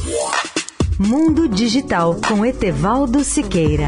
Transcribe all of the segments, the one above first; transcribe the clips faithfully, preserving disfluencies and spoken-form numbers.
Mundo Digital com Etevaldo Siqueira.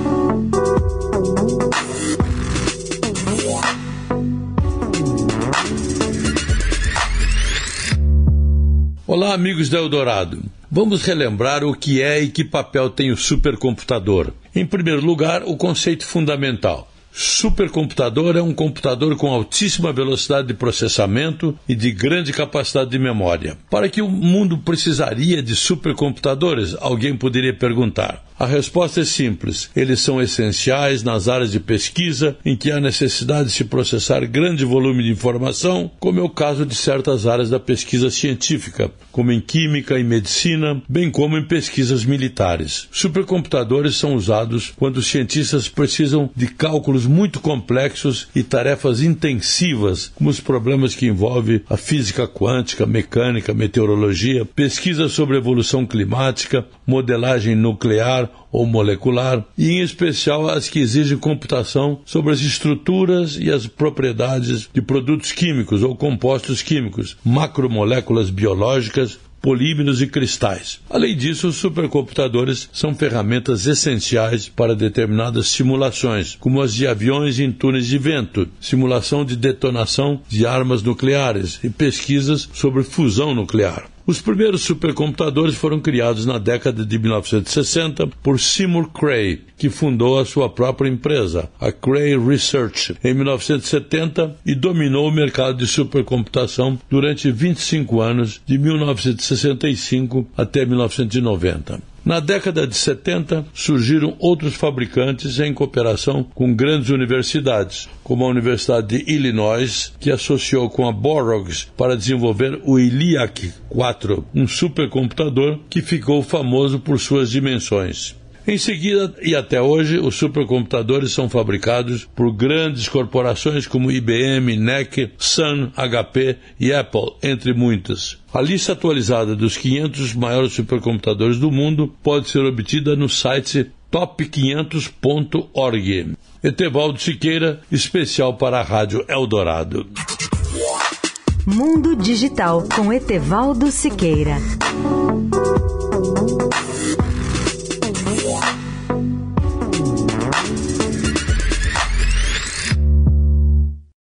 Olá, amigos da Eldorado. Vamos relembrar o que é e que papel tem o supercomputador. Em primeiro lugar, o conceito fundamental. Supercomputador é um computador com altíssima velocidade de processamento e de grande capacidade de memória. Para que o mundo precisaria de supercomputadores? Alguém poderia perguntar. A resposta é simples. Eles são essenciais nas áreas de pesquisa em que há necessidade de se processar grande volume de informação, como é o caso de certas áreas da pesquisa científica, como em química e medicina, bem como em pesquisas militares. Supercomputadores são usados quando os cientistas precisam de cálculos muito complexos e tarefas intensivas, como os problemas que envolvem a física quântica, mecânica, meteorologia, pesquisa sobre evolução climática, modelagem nuclear ou molecular, e em especial as que exigem computação sobre as estruturas e as propriedades de produtos químicos ou compostos químicos, macromoléculas biológicas, polímeros e cristais. Além disso, os supercomputadores são ferramentas essenciais para determinadas simulações, como as de aviões em túneis de vento, simulação de detonação de armas nucleares e pesquisas sobre fusão nuclear. Os primeiros supercomputadores foram criados na década de mil novecentos e sessenta por Seymour Cray, que fundou a sua própria empresa, a Cray Research, em mil novecentos e setenta e dominou o mercado de supercomputação durante vinte e cinco anos, de mil novecentos e sessenta e cinco até mil novecentos e noventa. Na década de setenta, surgiram outros fabricantes em cooperação com grandes universidades, como a Universidade de Illinois, que associou com a Borouge para desenvolver o ELIAC quatro, um supercomputador que ficou famoso por suas dimensões. Em seguida, e até hoje, os supercomputadores são fabricados por grandes corporações como I B M, N E C, Sun, H P e Apple, entre muitas. A lista atualizada dos quinhentos maiores supercomputadores do mundo pode ser obtida no site top quinhentos ponto org. Etevaldo Siqueira, especial para a Rádio Eldorado. Mundo Digital com Etevaldo Siqueira.